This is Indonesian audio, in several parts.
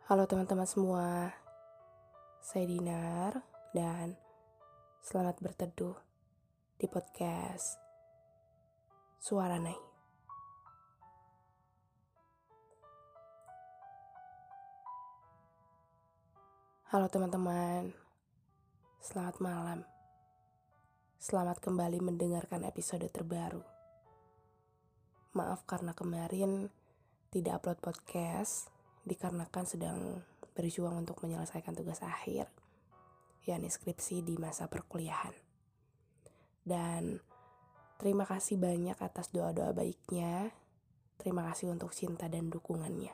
Halo teman-teman semua, saya Dinar dan selamat berteduh di podcast Suara Nai. Halo teman-teman, selamat malam. Selamat kembali mendengarkan episode terbaru. Maaf karena kemarin tidak upload podcast dikarenakan sedang berjuang untuk menyelesaikan tugas akhir, yakni skripsi di masa perkuliahan. Dan terima kasih banyak atas doa-doa baiknya. Terima kasih untuk cinta dan dukungannya.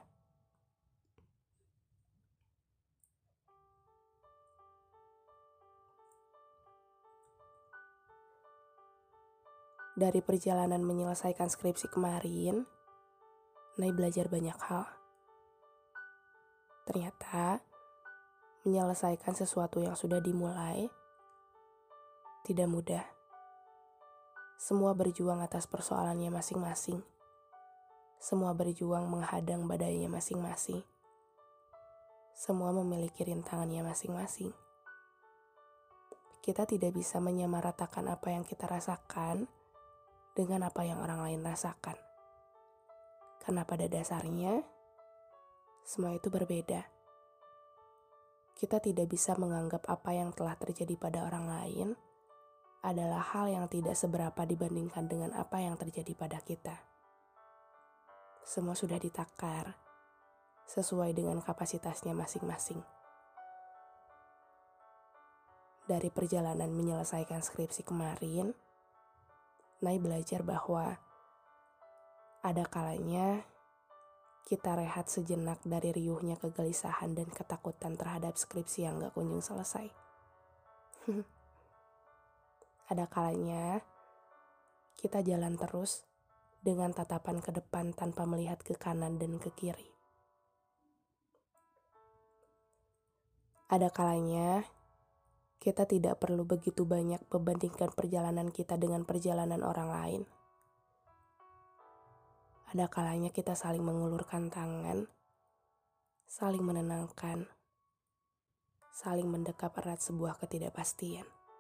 Dari perjalanan menyelesaikan skripsi kemarin, Nai belajar banyak hal. Ternyata, menyelesaikan sesuatu yang sudah dimulai tidak mudah. Semua berjuang atas persoalannya masing-masing. Semua berjuang menghadang badainya masing-masing. Semua memiliki rintangannya masing-masing. Kita tidak bisa menyamaratakan apa yang kita rasakan dengan apa yang orang lain rasakan. Karena pada dasarnya, semua itu berbeda. Kita tidak bisa menganggap apa yang telah terjadi pada orang lain adalah hal yang tidak seberapa dibandingkan dengan apa yang terjadi pada kita. Semua sudah ditakar sesuai dengan kapasitasnya masing-masing. Dari perjalanan menyelesaikan skripsi kemarin, Nai belajar bahwa ada kalanya kita rehat sejenak dari riuhnya kegelisahan dan ketakutan terhadap skripsi yang gak kunjung selesai. Ada kalanya kita jalan terus dengan tatapan ke depan tanpa melihat ke kanan dan ke kiri. Ada kalanya kita tidak perlu begitu banyak membandingkan perjalanan kita dengan perjalanan orang lain. Ada kalanya kita saling mengulurkan tangan, saling menenangkan, saling mendekap erat sebuah ketidakpastian.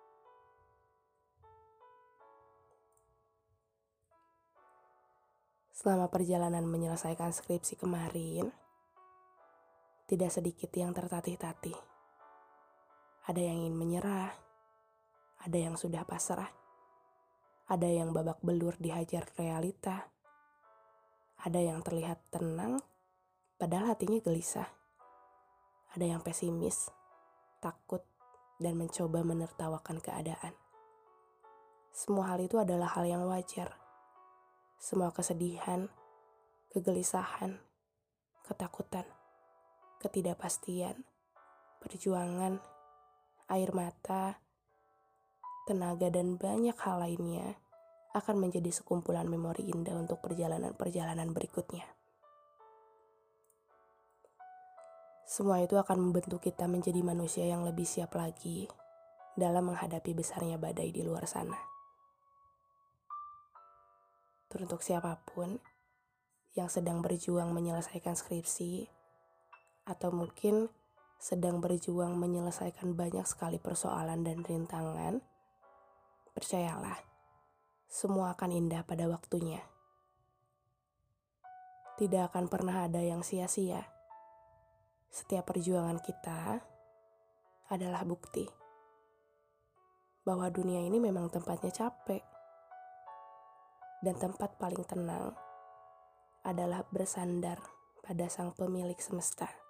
Selama perjalanan menyelesaikan skripsi kemarin, tidak sedikit yang tertatih-tatih. Ada yang ingin menyerah, ada yang sudah pasrah, ada yang babak belur dihajar realita, ada yang terlihat tenang, padahal hatinya gelisah. Ada yang pesimis, takut, dan mencoba menertawakan keadaan. Semua hal itu adalah hal yang wajar. Semua kesedihan, kegelisahan, ketakutan, ketidakpastian, perjuangan, air mata, tenaga, dan banyak hal lainnya akan menjadi sekumpulan memori indah untuk perjalanan-perjalanan berikutnya. Semua itu akan membentuk kita menjadi manusia yang lebih siap lagi dalam menghadapi besarnya badai di luar sana. Teruntuk siapapun yang sedang berjuang menyelesaikan skripsi, atau mungkin sedang berjuang menyelesaikan banyak sekali persoalan dan rintangan, percayalah, semua akan indah pada waktunya. Tidak akan pernah ada yang sia-sia. Setiap perjuangan kita adalah bukti bahwa dunia ini memang tempatnya capek. Dan tempat paling tenang adalah bersandar pada sang pemilik semesta.